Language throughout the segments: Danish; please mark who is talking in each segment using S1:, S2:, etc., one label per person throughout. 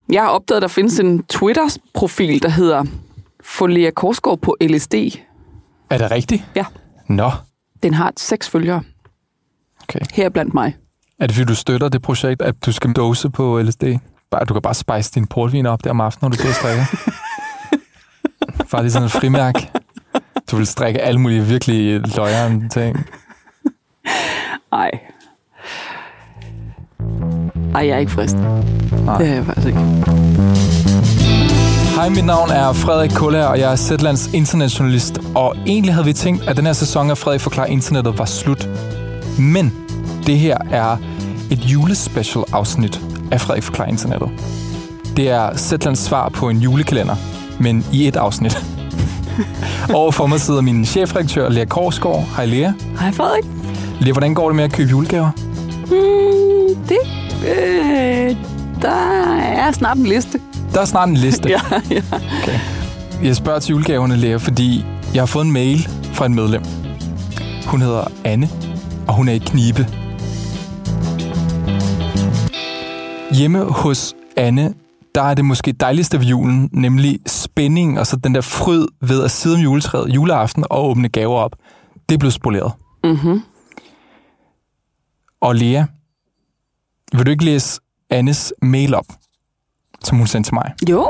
S1: Jeg har opdaget, at der findes en Twitter-profil, der hedder Folea Korsgaard på LSD.
S2: Er det rigtigt?
S1: Ja.
S2: Nå.
S1: Den har 6 følgere.
S2: Okay.
S1: Her blandt mig.
S2: Er det fordi, du støtter det projekt, at du skal dose på LSD? Du kan bare spice din portvin op der om aftenen, når du sidder og strikker. Bare lige sådan et frimærk. Du vil strikke alle mulige virkelig løjere ting.
S1: Ej, jeg er ikke frist.
S2: Nej.
S1: Det er jeg faktisk ikke.
S2: Hej, mit navn er Frederik Kuller, og jeg er Zetlands internetjournalist. Og egentlig havde vi tænkt, at den her sæson af Frederik Forklarer Internettet var slut. Men det her er et julespecial afsnit af Frederik Forklarer Internettet. Det er Zetlands svar på en julekalender, men i et afsnit. Overfor mig sidder min chefredaktør, Lea Korsgaard. Hej, Lea.
S1: Hej, Frederik.
S2: Lea, hvordan går det med at købe julegaver?
S1: Der er snart en liste.
S2: Der er snart en liste.
S1: Ja.
S2: Okay. Jeg spørger til julegaverne, Lea, fordi jeg har fået en mail fra en medlem. Hun hedder Anne, og hun er i knibe. Hjemme hos Anne, der er det måske dejligste ved julen, nemlig spænding og så den der fryd ved at sidde om juletræet juleaften og åbne gaver op. Det er blevet spoleret.
S1: Mhm.
S2: Og Lea, vil du ikke læse Annes mail op, som hun sendte til mig?
S1: Jo.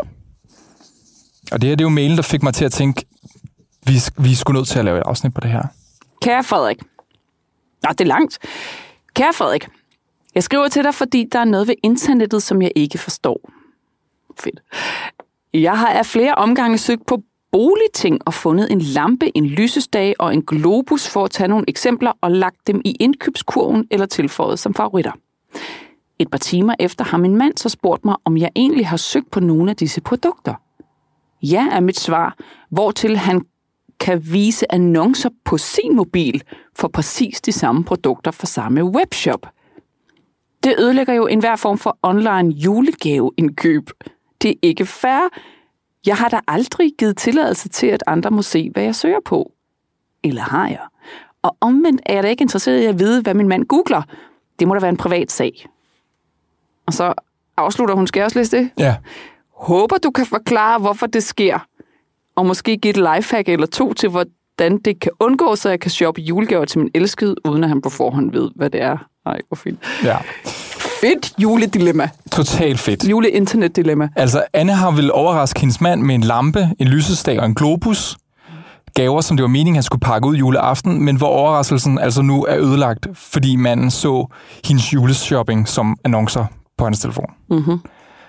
S2: Og det her, det er jo mailen, der fik mig til at tænke, vi er sgu nødt til at lave et afsnit på det her.
S1: Kære Frederik. Nå, det er langt. Kære Frederik. Jeg skriver til dig, fordi der er noget ved internettet, som jeg ikke forstår. Fedt. Jeg har af flere omgange søgt på boligting og fundet en lampe, en lysestage og en globus for at tage nogle eksempler og lagt dem i indkøbskurven eller tilføjet som favoritter. Et par timer efter har min mand så spurgt mig, om jeg egentlig har søgt på nogle af disse produkter. Ja, er mit svar, hvortil han kan vise annoncer på sin mobil for præcis de samme produkter fra samme webshop. Det ødelægger jo enhver form for online julegaveindkøb. Det er ikke fair. Jeg har da aldrig givet tilladelse til, at andre må se, hvad jeg søger på. Eller har jeg? Og omvendt er jeg da ikke interesseret i at vide, hvad min mand googler. Det må da være en privat sag. Og så afslutter hun, skal jeg også læse det?
S2: Ja.
S1: Håber, du kan forklare, hvorfor det sker. Og måske give et lifehack eller 2 til, hvordan det kan undgå, så jeg kan shoppe julegaver til min elskede, uden at han på forhånd ved, hvad det er. Ej, hvor fint.
S2: Ja.
S1: Fedt juledilemma.
S2: Totalt fedt.
S1: Juleinternetdilemma.
S2: Altså, Anne har vel overrasket hendes mand med en lampe, en lysestage og en globus. Gaver, som det var meningen, han skulle pakke ud juleaften, men hvor overraskelsen altså nu er ødelagt, fordi manden så hendes juleshopping som annoncer på hans telefon.
S1: Mhm.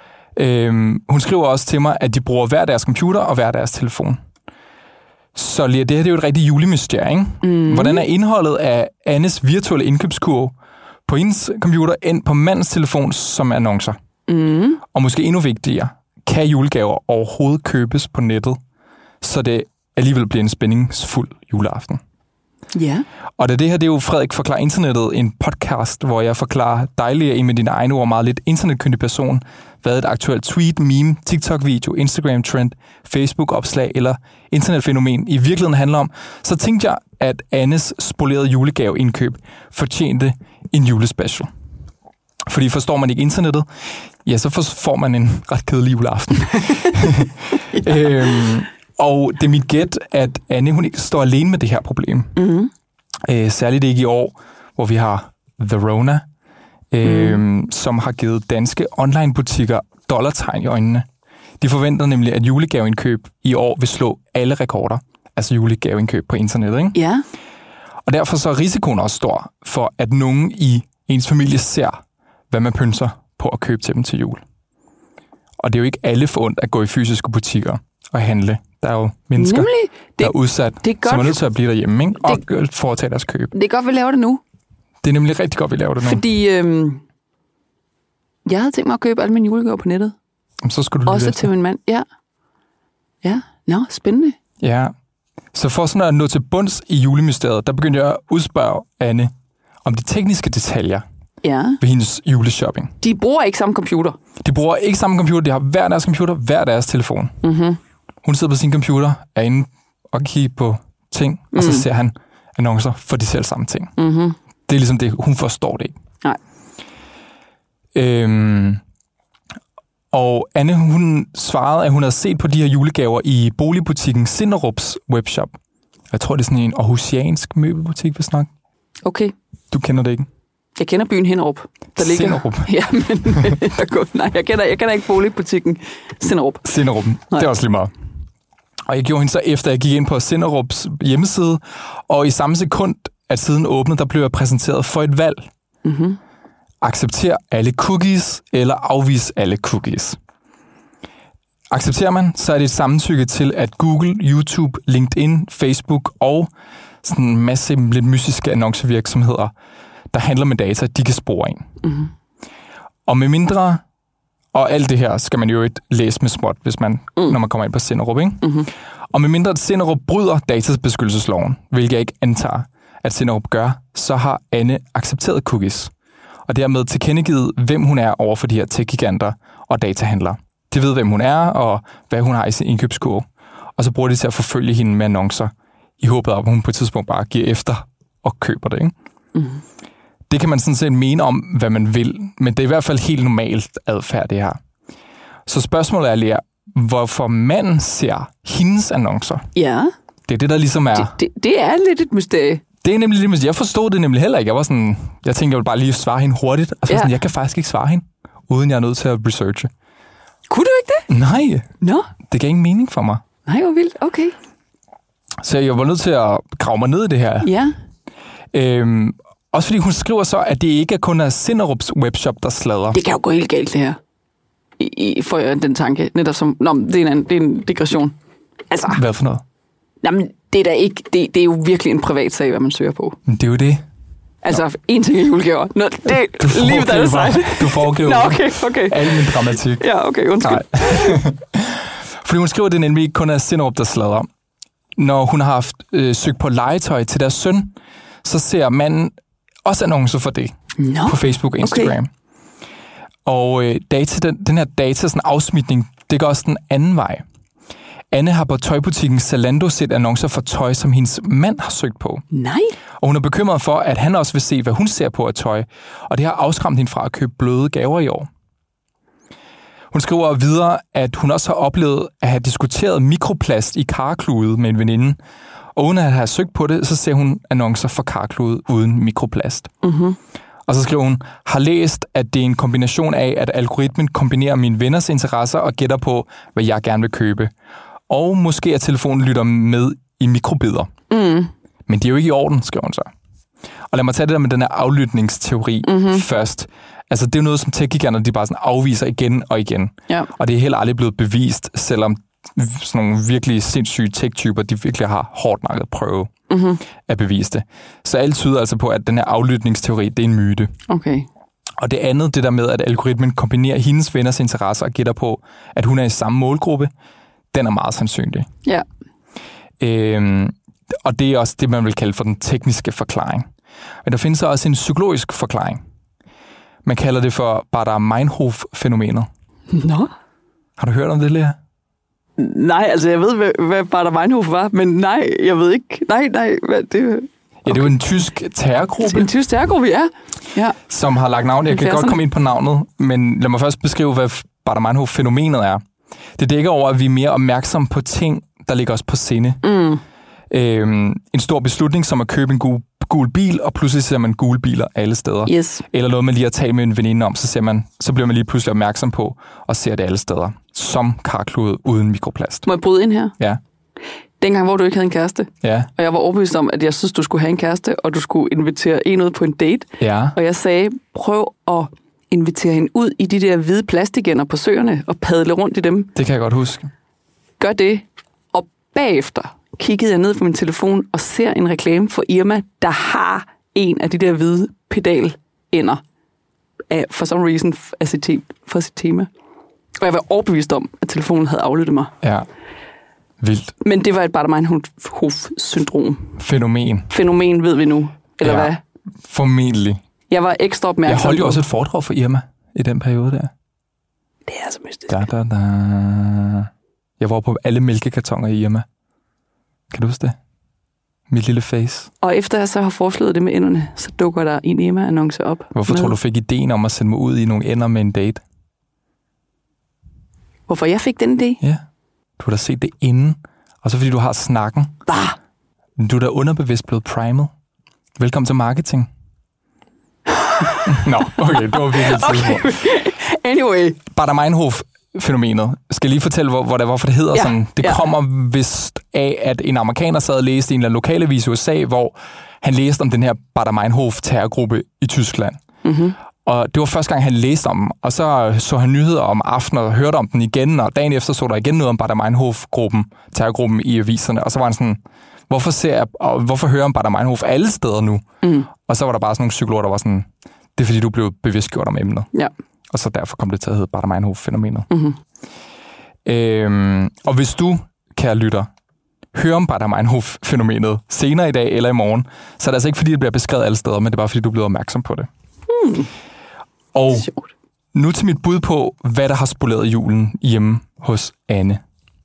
S2: Hun skriver også til mig, at de bruger hver deres computer og hver deres telefon. Så det her det er jo et rigtigt julemysterie, ikke?
S1: Mm.
S2: Hvordan er indholdet af Annes virtuelle indkøbskurv på hendes computer end på mandens telefon som annoncer?
S1: Mm.
S2: Og måske endnu vigtigere, kan julegaver overhovedet købes på nettet, så det alligevel bliver en spændingsfuld juleaften?
S1: Ja.
S2: Og det her, det er jo Frederik Forklarer Internettet, en podcast, hvor jeg forklarer dejligt med dine egne ord, meget lidt internetkyndig person, hvad et aktuelt tweet, meme, TikTok-video, Instagram-trend, Facebook-opslag eller internetfænomen i virkeligheden handler om, så tænkte jeg, at Annes spolerede julegaveindkøb fortjente en julespecial. Fordi forstår man ikke internettet, ja, så får man en ret kedelig juleaften. Og det er mit gæt, at Anne, hun ikke står alene med det her problem.
S1: Mm.
S2: Særligt ikke i år, hvor vi har The Rona, som har givet danske online-butikker dollartegn i øjnene. De forventer nemlig, at julegaveindkøb i år vil slå alle rekorder. Altså julegaveindkøb på internettet, ikke?
S1: Ja.
S2: Og derfor så er risikoen også stor for, at nogen i ens familie ser, hvad man pynser på at købe til dem til jul. Og det er jo ikke alle forundt at gå i fysiske butikker og handle. Der er jo mennesker, der er udsat, som er nødt til at blive derhjemme, ikke? Og foretage deres køb.
S1: Det er godt, vi laver det nu.
S2: Det er nemlig rigtig godt, vi laver det nu.
S1: Fordi jeg havde tænkt mig at købe alle mine julegaver på nettet.
S2: Jamen, så skulle du
S1: også til min mand. Ja. Ja, spændende.
S2: Ja. Så for sådan at nå til bunds i julemysteriet, der begyndte jeg at udspørge Anne om de tekniske detaljer ved hendes juleshopping.
S1: De bruger ikke samme computer.
S2: De bruger ikke samme computer. De har hver deres computer, hver deres telefon.
S1: Mm-hmm.
S2: Hun sidder på sin computer, er inde og kigger på ting, og så ser han annoncer for de selv samme ting.
S1: Mm-hmm.
S2: Det er ligesom det. Hun forstår det ikke.
S1: Nej.
S2: Og Anne, hun svarede, at hun havde set på de her julegaver i boligbutikken Sinderups webshop. Jeg tror, det er sådan en aarhusiansk møbelbutik, hvis nok.
S1: Okay.
S2: Du kender det ikke?
S1: Jeg kender byen Hinderup. Der ligger.
S2: Sinderup.
S1: Ja, men jeg kender ikke boligbutikken Sinderup.
S2: Sinderuppen. Det er også lige meget. Og jeg gjorde hende så efter, jeg gik ind på Sinderups hjemmeside, og i samme sekund, at siden åbnede, der blev jeg præsenteret for et valg. Mm-hmm. Accepter alle cookies, eller afvis alle cookies. Accepterer man, så er det et samtykke til, at Google, YouTube, LinkedIn, Facebook og sådan en masse lidt mystiske annoncevirksomheder, der handler med data, de kan spore en. Mm-hmm. Og med mindre, og alt det her skal man jo ikke læse med småt, hvis man, når man kommer ind på Sinderup, ikke? Mm-hmm. Og med mindre, at Sinderup bryder databeskyttelsesloven, hvilket jeg ikke antager, at Sinderup gør, så har Anne accepteret cookies. Og dermed tilkendegivet, hvem hun er over for de her tech-giganter og datahandlere. De ved, hvem hun er, og hvad hun har i sin indkøbskurve. Og så bruger de til at forfølge hende med annoncer, i håbet om, at hun på et tidspunkt bare giver efter og køber det, ikke? Mm-hmm. Det kan man sådan set mene om, hvad man vil, men det er i hvert fald helt normalt adfærd, det her. Så spørgsmålet er lige, hvorfor manden ser hendes annoncer.
S1: Ja.
S2: Det er det, der ligesom er...
S1: Det er lidt et mysterie.
S2: Det er nemlig lidt... Jeg forstod det nemlig heller ikke. Jeg tænkte, jeg ville bare lige svare hende hurtigt, og så sådan, jeg kan faktisk ikke svare hende, uden jeg er nødt til at researche.
S1: Kunne du ikke det?
S2: Nej.
S1: Nå?
S2: Det gav ingen mening for mig.
S1: Nej, hvor vildt. Okay.
S2: Så jeg var nødt til at grave mig ned i det her.
S1: Ja.
S2: Også fordi hun skriver så, at det ikke kun er Sinderups webshop, der sladrer. Det
S1: kan jo gå helt galt, det her. For den tanke. Netop som... Nå, det er en digression. Altså...
S2: Hvad for noget?
S1: Jamen, det er da ikke... Det er jo virkelig en privat sag, hvad man søger på.
S2: Men det er jo det.
S1: Altså, en ting er julegaver. Nå, det er lige hvad der er sejt.
S2: Du foregriver.
S1: Nå, okay.
S2: Al min dramatik.
S1: Ja, okay, undskyld.
S2: Fordi hun skriver, at det nemlig ikke kun er Sinderup, der sladrer. Når hun har haft søgt på legetøj til deres søn, så ser manden også annoncer for det på Facebook og Instagram. Okay. Og den her data, sådan afsmitning, det går også den anden vej. Anne har på tøjbutikken Zalando set annoncer for tøj, som hendes mand har søgt på.
S1: Nej.
S2: Og hun er bekymret for, at han også vil se, hvad hun ser på af tøj. Og det har afskræmt hende fra at købe bløde gaver i år. Hun skriver videre, at hun også har oplevet at have diskuteret mikroplast i karklude med en veninde. Og uden at have søgt på det, så ser hun annoncer for karklude uden mikroplast. Mm-hmm. Og så skriver hun, har læst, at det er en kombination af, at algoritmen kombinerer mine venners interesser og gætter på, hvad jeg gerne vil købe. Og måske at telefonen lytter med i mikrobidder. Mm. Men det er jo ikke i orden, skriver hun så. Og lad mig tage det der med den her aflytningsteori først. Altså, det er jo noget, som tech-giganterne, de bare sådan afviser igen og igen. Ja. Og det er heller aldrig blevet bevist, selvom sådan nogle virkelig sindssyge tech-typer, de virkelig har hårdt nakket prøve at bevise det. Så alt tyder altså på, at den her aflytningsteori, det er en myte. Okay. Og det andet, det der med, at algoritmen kombinerer hendes venners interesser og gætter på, at hun er i samme målgruppe, den er meget sandsynlig. Ja. Og det er også det, man vil kalde for den tekniske forklaring. Men der findes også en psykologisk forklaring. Man kalder det for Baader-Meinhof-fænomenet. Nå? Har du hørt om det, Lea?
S1: Nej, altså jeg ved, hvad Baader-Meinhof var, men nej, jeg ved ikke. Nej, hvad det... Okay.
S2: Ja, det er jo en tysk terrorgruppe.
S1: En tysk terrorgruppe, ja.
S2: Som har lagt navn. Jeg kan godt komme ind på navnet, men lad mig først beskrive, hvad Baader-Meinhof-fænomenet er. Det dækker over, at vi er mere opmærksomme på ting, der ligger os på sinde. Mm. En stor beslutning, som at købe en gul bil, og pludselig ser man gule biler alle steder. Yes. Eller noget, man lige har talt med en veninde om, så bliver man lige pludselig opmærksom på, og ser det alle steder. Som karklude uden mikroplast.
S1: Må jeg bryde ind her?
S2: Ja.
S1: Dengang, hvor du ikke havde en kæreste, og jeg var overbevist om, at jeg synes, du skulle have en kæreste, og du skulle invitere en ud på en date. Ja. Og jeg sagde, prøv at invitere hende ud i de der hvide plastikænder på søerne, og padle rundt i dem.
S2: Det kan jeg godt huske.
S1: Gør det, og bagefter kiggede jeg ned på min telefon og ser en reklame for Irma, der har en af de der hvide pedalænder for some reason for sit tema. Og jeg var overbevist om, at telefonen havde aflyttet mig. Ja. Vildt. Men det var et Baader-Meinhof-syndrom. Fænomen ved vi nu. Eller hvad?
S2: Formentlig.
S1: Jeg var ekstra opmærksom.
S2: Jeg holdt jo også et foredrag for Irma i den periode der.
S1: Det er så mystisk.
S2: Jeg var på alle mælkekartoner i Irma. Kan du huske det? Mit lille face.
S1: Og efter jeg så har foreslået det med enderne, så dukker der en Irma-annonce op.
S2: Hvorfor tror du fik ideen om at sende mig ud i nogle ender med en date?
S1: Hvorfor jeg fik den idé?
S2: Ja. Du har da set det inden, og så fordi du har snakken.
S1: Bah!
S2: Du er da underbevidst blevet primet. Velkommen til marketing. Nå, okay, det var virkelig
S1: Okay. Anyway.
S2: Baader-Meinhof-fænomenet. Skal jeg lige fortælle, hvorfor det hedder sådan? Det kommer vist af, at en amerikaner sad og læste i en eller anden lokalavis i USA, hvor han læste om den her Baader-Meinhof-terrorgruppe i Tyskland. Mm-hmm. Og det var første gang, han læste om den. Og så han nyheder om aftenen og hørte om den igen, og dagen efter så der igen noget om Baader-Meinhof-gruppen, terrorgruppen i aviserne. Og så var han sådan, hvorfor hører om Baader-Meinhof alle steder nu? Mm. Og så var der bare sådan nogle psykologer, der var sådan, det er fordi, du blev bevidstgjort om emnet. Ja. Og så derfor kom det til at hedde Baader-Meinhof-fænomenet. Mm-hmm. Og hvis du, kære lytter, hører om Baader-Meinhof-fænomenet senere i dag eller i morgen, så er det altså ikke fordi, det bliver beskrevet alle steder, men det er bare fordi, du er blevet opmærksom på det. Mm. Og nu til mit bud på, hvad der har spoleret julen hjemme hos Anne.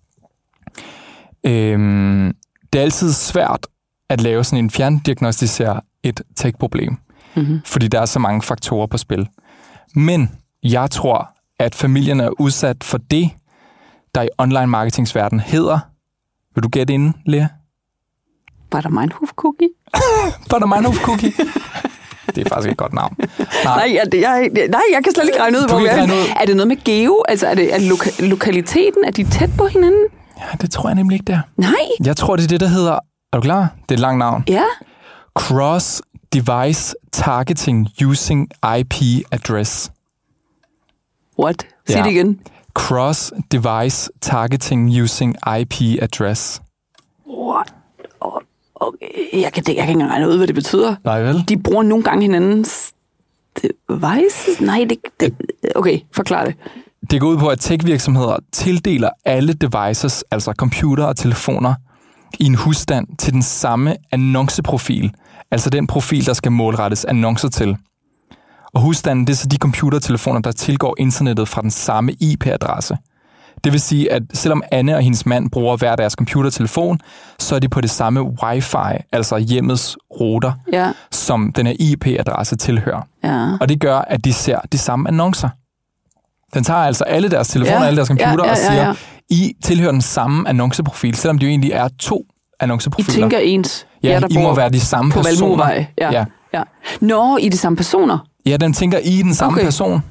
S2: Det er altid svært at lave sådan en fjerndiagnostisere et tech-problem, fordi der er så mange faktorer på spil. Men jeg tror, at familien er udsat for det, der i online marketingsverden hedder... Vil du gætte inden, Lea?
S1: Baader-Meinhof-cookie?
S2: Baader-Meinhof-cookie? Det er faktisk et godt navn.
S1: Nej, jeg kan slet ikke regne ud, hvor vi er. Er det noget med geo? Altså, er det lokaliteten? Er de tæt på hinanden?
S2: Ja, det tror jeg nemlig ikke, der.
S1: Nej.
S2: Jeg tror, det er det, der hedder... Er du klar? Det er et langt navn.
S1: Ja.
S2: Cross-device targeting using IP address.
S1: What? Sig det igen.
S2: Cross-device targeting using IP address.
S1: What? Okay. Jeg kan ikke engang regne ud, hvad det betyder.
S2: Nej, vel?
S1: De bruger nogle gange hinandens devices? Nej, det... Okay, forklar det.
S2: Det går ud på, at tech-virksomheder tildeler alle devices, altså computer og telefoner, i en husstand til den samme annonceprofil, altså den profil, der skal målrettes annoncer til. Og husstanden, det er så de computer og telefoner, der tilgår internettet fra den samme IP-adresse. Det vil sige, at selvom Anne og hendes mand bruger hver deres computer og telefon, så er de på det samme wifi, altså hjemmets router, som den her IP-adresse tilhører. Ja. Og det gør, at de ser de samme annoncer. Den tager altså alle deres telefoner og alle deres computer og siger, I tilhører den samme annonceprofil, selvom det jo egentlig er to annonceprofiler.
S1: I tænker ens.
S2: Ja, I må være de samme
S1: på
S2: personer.
S1: Valmovej. Ja. Nå, I de samme personer?
S2: Ja, den tænker I den samme person.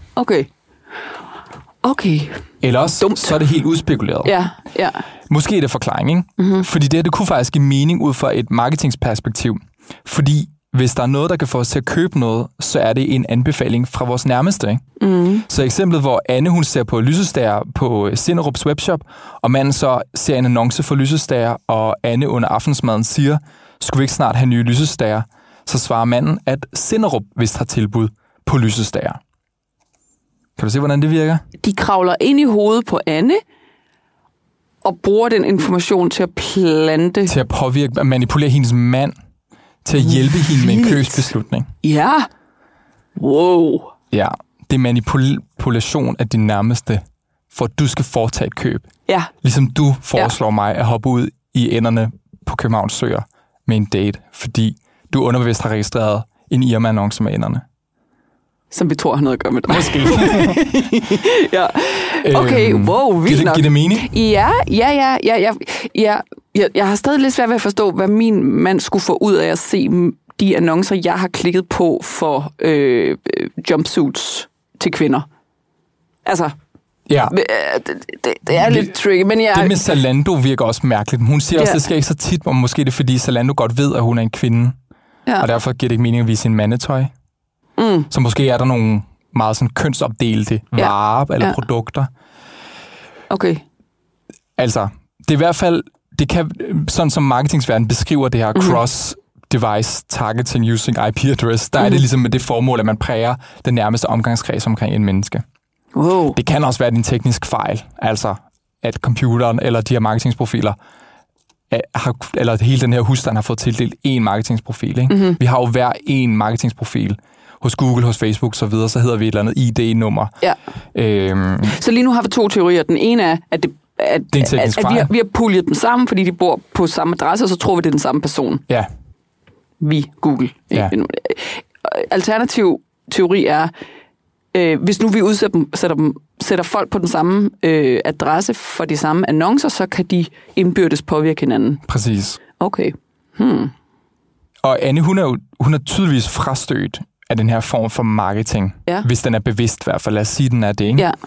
S1: Okay.
S2: Eller også, så er det helt udspekuleret.
S1: Ja.
S2: Måske er det forklaring, ikke? Mm-hmm. Fordi det kunne faktisk give mening ud fra et marketingsperspektiv. Fordi hvis der er noget, der kan få os til at købe noget, så er det en anbefaling fra vores nærmeste, ikke? Mm. Så eksemplet, hvor Anne, hun ser på lysestager på Sinderups webshop, og manden så ser en annonce for lysestager, og Anne under aftensmaden siger, skulle vi ikke snart have nye lysestager? Så svarer manden, at Sinderup vist har tilbud på lysestager. Kan du se, hvordan det virker?
S1: De kravler ind i hovedet på Anne, og bruger den information til at plante...
S2: Til at påvirke og manipulere hendes mand, til at hjælpe hende med en købsbeslutning.
S1: Ja. Wow.
S2: Ja, det er manipulation af din nærmeste, for at du skal foretage et køb.
S1: Ja.
S2: Ligesom du foreslår mig at hoppe ud i enderne på Københavns Søer med en date, fordi du underbevidst har registreret en Irma-annonce med enderne.
S1: Som vi tror har noget at gøre med dig.
S2: Måske.
S1: Ja. Okay, wow, vildt nok.
S2: Giver det mening?
S1: Ja. Jeg har stadig lidt svært ved at forstå, hvad min mand skulle få ud af at se de annoncer, jeg har klikket på for jumpsuits til kvinder. Altså,
S2: ja.
S1: Det er lidt tricky, men jeg...
S2: Det med Zalando virker også mærkeligt. Hun siger også, det skal ikke så tit, og måske det er, fordi Zalando godt ved, at hun er en kvinde. Ja. Og derfor giver det ikke mening at vise sin mandetøj. Mm. Så måske er der nogle meget sådan kønsopdelte varer eller produkter. Okay. Altså, det er i hvert fald, det kan, sådan som marketingsverden beskriver det her cross-device targeting using IP address, der er det ligesom med det formål, at man præger den nærmeste omgangskreds omkring en menneske. Wow. Det kan også være en teknisk fejl, altså at computeren eller de her marketingsprofiler eller hele den her husstand har fået tildelt én marketingsprofil. Ikke? Mm-hmm. Vi har jo hver én marketingsprofil. Hos Google, hos Facebook så videre, så hedder vi et eller andet ID-nummer. Ja.
S1: Så lige nu har vi to teorier. Den ene er, at vi har puljet dem sammen, fordi de bor på samme adresse, og så tror vi, det er den samme person. Ja. Vi, Google. Ja. Alternativ teori er, hvis nu vi sætter dem sætter folk på den samme adresse for de samme annoncer, så kan de indbyrdes påvirke hinanden.
S2: Præcis.
S1: Okay.
S2: Og Anne, hun er tydeligvis frastødt af den her form for marketing, hvis den er bevidst i hvert fald. Lad os sige, den er det, ikke?
S1: Ja.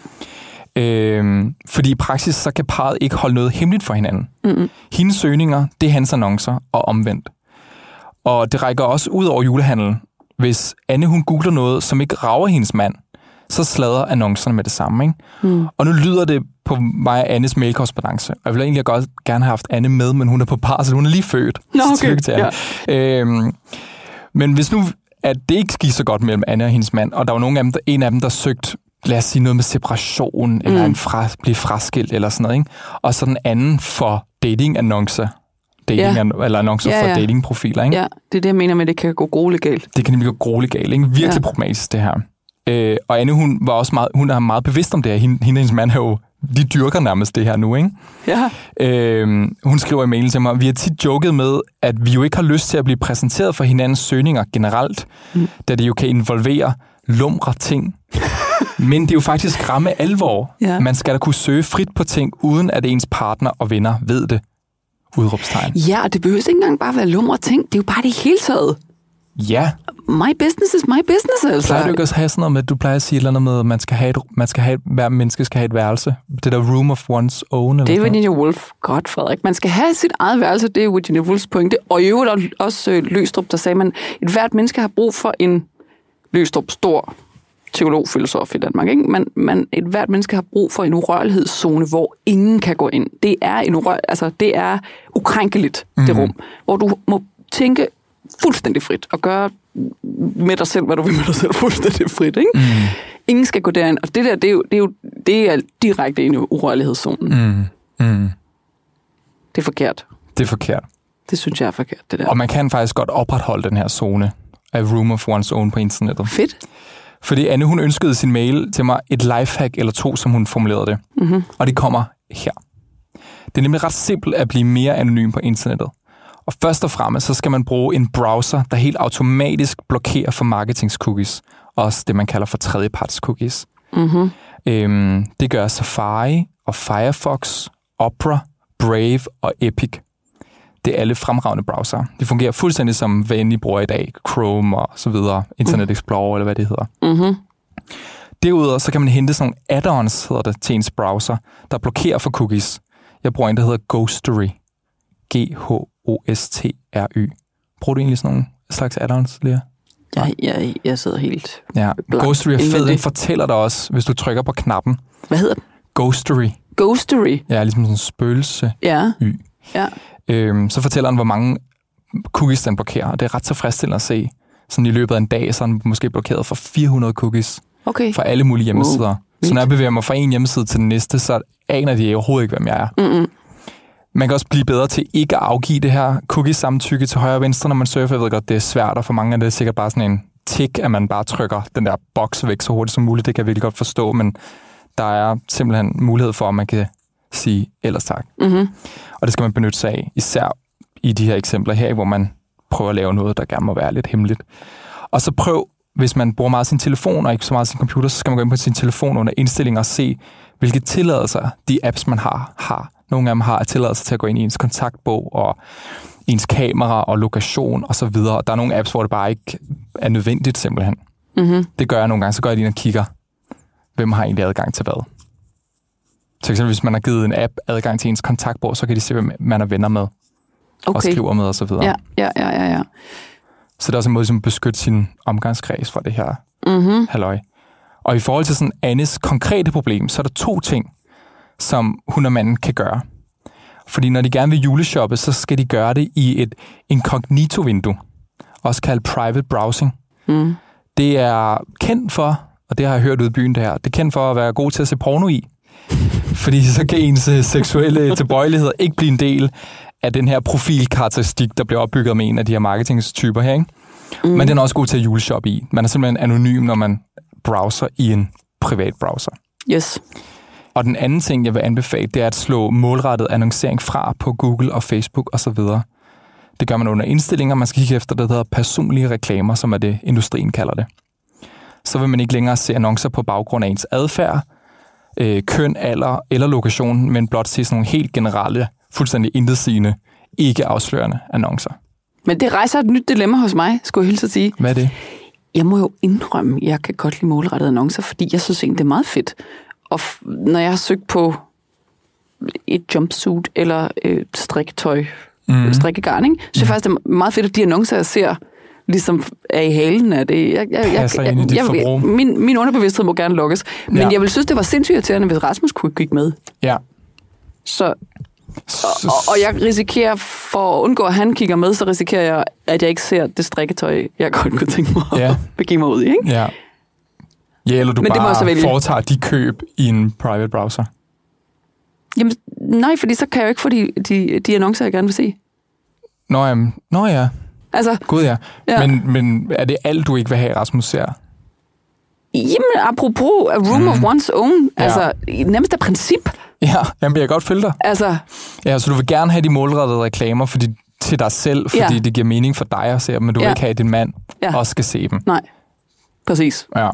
S2: Fordi i praksis, så kan parret ikke holde noget hemmeligt for hinanden. Hendes søgninger, det er hans annoncer, og omvendt. Og det rækker også ud over julehandlen. Hvis Anne, hun googler noget, som ikke rager hendes mand, så sladrer annoncerne med det samme, ikke? Og nu lyder det på mig af Annes mailkorrespondance. Og jeg ville egentlig godt gerne have haft Anne med, men hun er på barsel. Hun er lige født.
S1: Nå, okay.
S2: Ja. Men hvis nu, at det ikke gik så godt mellem Anne og hendes mand, og der var en af dem, der søgte, lad os sige noget med separation, eller blive fraskilt, eller sådan noget, ikke? Og så den anden for dating-annoncer. Eller annoncer for datingprofiler, ikke?
S1: Ja, det er det, jeg mener med, at det kan gå grueligt galt.
S2: Det kan nemlig gå grueligt galt, ikke? Virkelig problematisk, det her. Og Anne, hun er meget bevidst om det her. Hende og hendes mand de dyrker nærmest det her nu, ikke?
S1: Ja.
S2: Hun skriver i mailen til mig, vi har tit joket med, at vi jo ikke har lyst til at blive præsenteret for hinandens søgninger generelt, da det jo kan involvere lumre ting. Men det er jo faktisk ramme alvor. Ja. Man skal da kunne søge frit på ting, uden at ens partner og venner ved det. Udråbstegn. Ja,
S1: og det behøver ikke engang bare være lumre ting. Det er jo bare det hele taget.
S2: Ja.
S1: My business is my business, altså.
S2: Plejer du ikke også have sådan noget med, at du plejer at sige et eller andet med, at hver menneske skal have et værelse? Det der room of one's own? Eller
S1: det er Virginia Woolf. Godt, Frederik. Man skal have sit eget værelse, det er Virginia Woolfs pointe. Og i øvrigt også Løgstrup, der sagde man, at hvert menneske har brug for en Løgstrup stor teologfilosof i Danmark, ikke? Et hvert menneske har brug for en urørlighedszone, hvor ingen kan gå ind. Det er det er ukrænkeligt, det rum, hvor du må tænke fuldstændig frit, og gøre med dig selv, hvad du vil med dig selv, fuldstændig frit, ikke? Ingen skal gå derind, og det der, det er direkte ind i urørlighedszonen. Det er forkert.
S2: Det er forkert.
S1: Det synes jeg er forkert, det der.
S2: Og man kan faktisk godt opretholde den her zone af room of one's own på internettet.
S1: Fedt.
S2: Fordi Anne, hun ønskede sin mail til mig et lifehack eller 2, som hun formulerede det. Og det kommer her. Det er nemlig ret simpelt at blive mere anonym på internettet. Og først og fremmest, så skal man bruge en browser, der helt automatisk blokerer for marketingscookies. Også det, man kalder for tredjeparts-cookies. Det gør Safari og Firefox, Opera, Brave og Epic. Det er alle fremragende browser. De fungerer fuldstændig som, hvad end I bruger i dag. Chrome og så videre. Internet Explorer, eller hvad det hedder. Derudover, så kan man hente sådan nogle add-ons, hedder det, til ens browser, der blokerer for cookies. Jeg bruger en, der hedder Ghostery. G-H-O-S-T-R-Y. Bruger du egentlig sådan nogle slags add-ons, Lea?
S1: Jeg sidder helt
S2: Ghostery er fed. Den fortæller dig også, hvis du trykker på knappen.
S1: Hvad hedder den?
S2: Ghostery.
S1: Ghostery?
S2: Ja, ligesom sådan en spøgelse.
S1: Ja.
S2: Så fortæller den, hvor mange cookies den blokerer. Og det er ret tilfredsstillende at se. Sådan i løbet af en dag, så er den måske blokeret for 400 cookies.
S1: Okay.
S2: Fra alle mulige hjemmesider. Så når jeg bevæger mig fra en hjemmeside til den næste, så aner de overhovedet ikke, hvem jeg er. Man kan også blive bedre til ikke at afgive det her cookie-samtykke til højre og venstre, når man surfer. Jeg ved godt, det er svært, og for mange af det er sikkert bare sådan en tik, at man bare trykker den der boks væk så hurtigt som muligt. Det kan jeg virkelig godt forstå, men der er simpelthen mulighed for, at man kan sige ellers tak. Og det skal man benytte sig af, især i de her eksempler her, hvor man prøver at lave noget, der gerne må være lidt hemmeligt. Og så prøv, hvis man bruger meget sin telefon og ikke så meget sin computer, så skal man gå ind på sin telefon under indstillinger og se, hvilke tilladelser de apps, man har. Nogle af dem har tilladelser til at gå ind i ens kontaktbog og ens kamera og lokation og så videre. Der er nogle apps, hvor det bare ikke er nødvendigt simpelthen. Det gør jeg nogle gange, så går jeg ind og kigger, hvem har egentlig adgang til hvad. Så eksempel, hvis man har givet en app adgang til ens kontaktbog, så kan de se, hvem man er venner med og skriver med og så videre.
S1: Ja.
S2: Så det er også en måde at beskytte sin omgangskreds for det her halløj. Og i forhold til sådan Annes konkrete problem, så er der 2 ting, som hun og manden kan gøre. Fordi når de gerne vil juleshoppe, så skal de gøre det i et incognito-vindue, også kaldet private browsing. Det er kendt for, og det har jeg hørt ude i byen det her, det er kendt for at være god til at se porno i. Fordi så kan ens seksuelle tilbøjeligheder ikke blive en del af den her profilkarakteristik, der bliver opbygget med en af de her marketingstyper her, ikke? Men den er også god til at juleshoppe i. Man er simpelthen anonym, når man browser i en privat browser.
S1: Yes.
S2: Og den anden ting, jeg vil anbefale, det er at slå målrettet annoncering fra på Google og Facebook osv. Det gør man under indstillinger. Man skal kigge efter det, der hedder personlige reklamer, som er det, industrien kalder det. Så vil man ikke længere se annoncer på baggrund af ens adfærd, køn, alder eller lokation, men blot se sådan nogle helt generelle, fuldstændig intetsigende, ikke afslørende annoncer.
S1: Men det rejser et nyt dilemma hos mig, skulle jeg hilse at sige.
S2: Hvad er det?
S1: Jeg må jo indrømme, jeg kan godt lide målrettede annoncer, fordi jeg synes egentlig, det er meget fedt. Og når jeg har søgt på et jumpsuit eller strikketøj, strikkegarn, ikke? Så faktisk, det er meget fedt, at de annoncer, jeg ser, ligesom er i halen af det. Min underbevidsthed må gerne lukkes. Men jeg vil synes, det var sindssygt irriterende, hvis Rasmus kunne gik med.
S2: Ja.
S1: Så, og jeg risikerer, for at undgå, at han kigger med, så risikerer jeg, at jeg ikke ser det strikketøj, jeg godt kunne tænke mig at begive mig ud i. Ikke?
S2: Ja. Ja, eller du men bare foretager de køb i en private browser.
S1: Jamen, nej, fordi så kan jeg jo ikke få de annoncer, jeg gerne vil se.
S2: Nå ja.
S1: Altså,
S2: Gud ja. Men er det alt, du ikke vil have, Rasmus ser?
S1: Jamen, apropos a room of one's own, altså, nærmest af princip.
S2: Ja, jamen, jeg kan godt følge dig.
S1: Altså,
S2: ja, så du vil gerne have de målrettede reklamer til dig selv, fordi det giver mening for dig at se dem, men du vil ikke have, at din mand også skal se dem.
S1: Nej, præcis.
S2: Ja.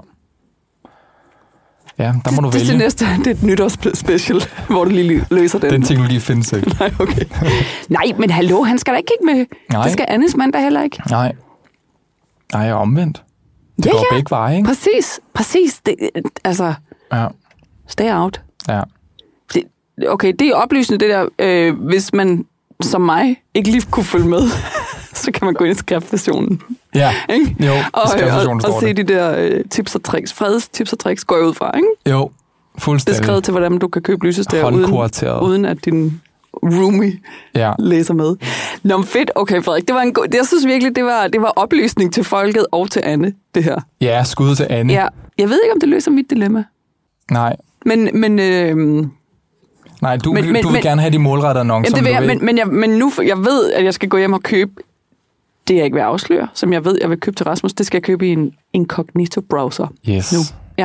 S2: Ja, der må du vælge.
S1: Det næste, det er et nytårsspecial, hvor du lige løser den.
S2: Den teknologi findes ikke.
S1: Nej, okay. Nej, men hallo, han skal da ikke kigge med. Nej. Det skal Annes mand da heller ikke.
S2: Nej, omvendt. Det går begge veje, ikke?
S1: Præcis. Det, altså, stay out.
S2: Ja.
S1: Okay, det er oplysende, det der, hvis man som mig ikke lige kunne følge med, så kan man gå ind i skriftversionen.
S2: Ja,
S1: ikke?
S2: Jo,
S1: og se de der tips og tricks. Freds tips og tricks går jeg ud fra, ikke?
S2: Jo, fuldstændig.
S1: Det er skrevet til, hvordan du kan købe lysestager, uden at din roomie læser med. Nå, fedt. Okay, Frederik, det var en god... Jeg synes virkelig, det var oplysning til folket og til Anne, det her.
S2: Ja, skud til Anne.
S1: Ja, jeg ved ikke, om det løser mit dilemma.
S2: Nej.
S1: Men
S2: nej, du vil gerne have de målrettede annoncer.
S1: Ja, det vil jeg, men nu, jeg ved, at jeg skal gå hjem og købe det, jeg ikke vil afsløre, som jeg ved, jeg vil købe til Rasmus, det skal jeg købe i en incognito-browser.
S2: Yes.
S1: Nu. Ja.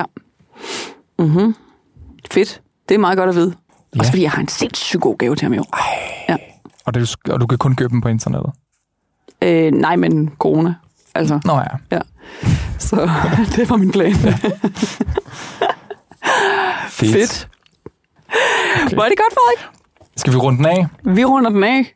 S1: Fedt. Det er meget godt at vide. Ja. Også fordi jeg har en sindssygt god gave til ham i år. Ja.
S2: Og du kan kun købe dem på internettet?
S1: Nej, men corona. Altså.
S2: Nå ja.
S1: Så det var min plan. Fedt. Okay. Var det godt, Frederik?
S2: Skal vi runde den af?
S1: Vi runder den af.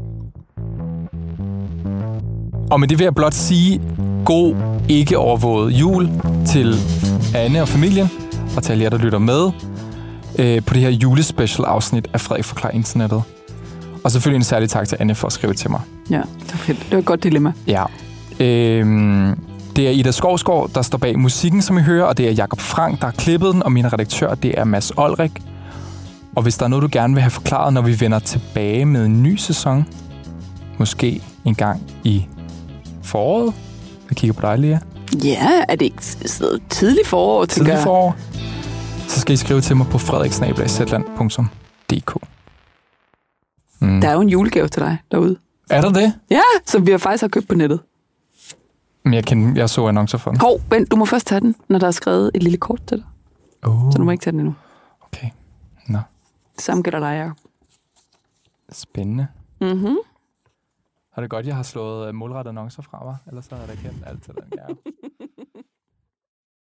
S2: Og med det vil jeg blot sige god, ikke overvåget jul til Anne og familien, og til alle jer, der lytter med på det her julespecial afsnit af Frederik forklarer internettet. Og selvfølgelig en særlig tak til Anne for at skrive til mig. Ja, det var fedt. Det var et godt dilemma. Ja. Det er Ida Skovsgaard, der står bag musikken, som I hører, og det er Jakob Frank, der har klippet den, og min redaktør, det er Mads Olrik. Og hvis der er noget, du gerne vil have forklaret, når vi vender tilbage med en ny sæson, måske en gang i foråret, jeg kigger på dig, Lea. Ja, er det ikke tidlig forår, tænker jeg? Tidlig forår. Så skal I skrive til mig på frederiksnabel@zetland.dk. Der er jo en julegave til dig derude. Er der det? Ja, som vi faktisk har købt på nettet. Men jeg så annoncer for den. Hov, vent, du må først tage den, når der er skrevet et lille kort til dig. Så du må ikke tage den endnu. Okay, nå. Det samme gælder dig, Jacob. Spændende. Har det godt, jeg har slået målrettede annoncer fra mig? Ellers så har jeg da kendt alt til den gave.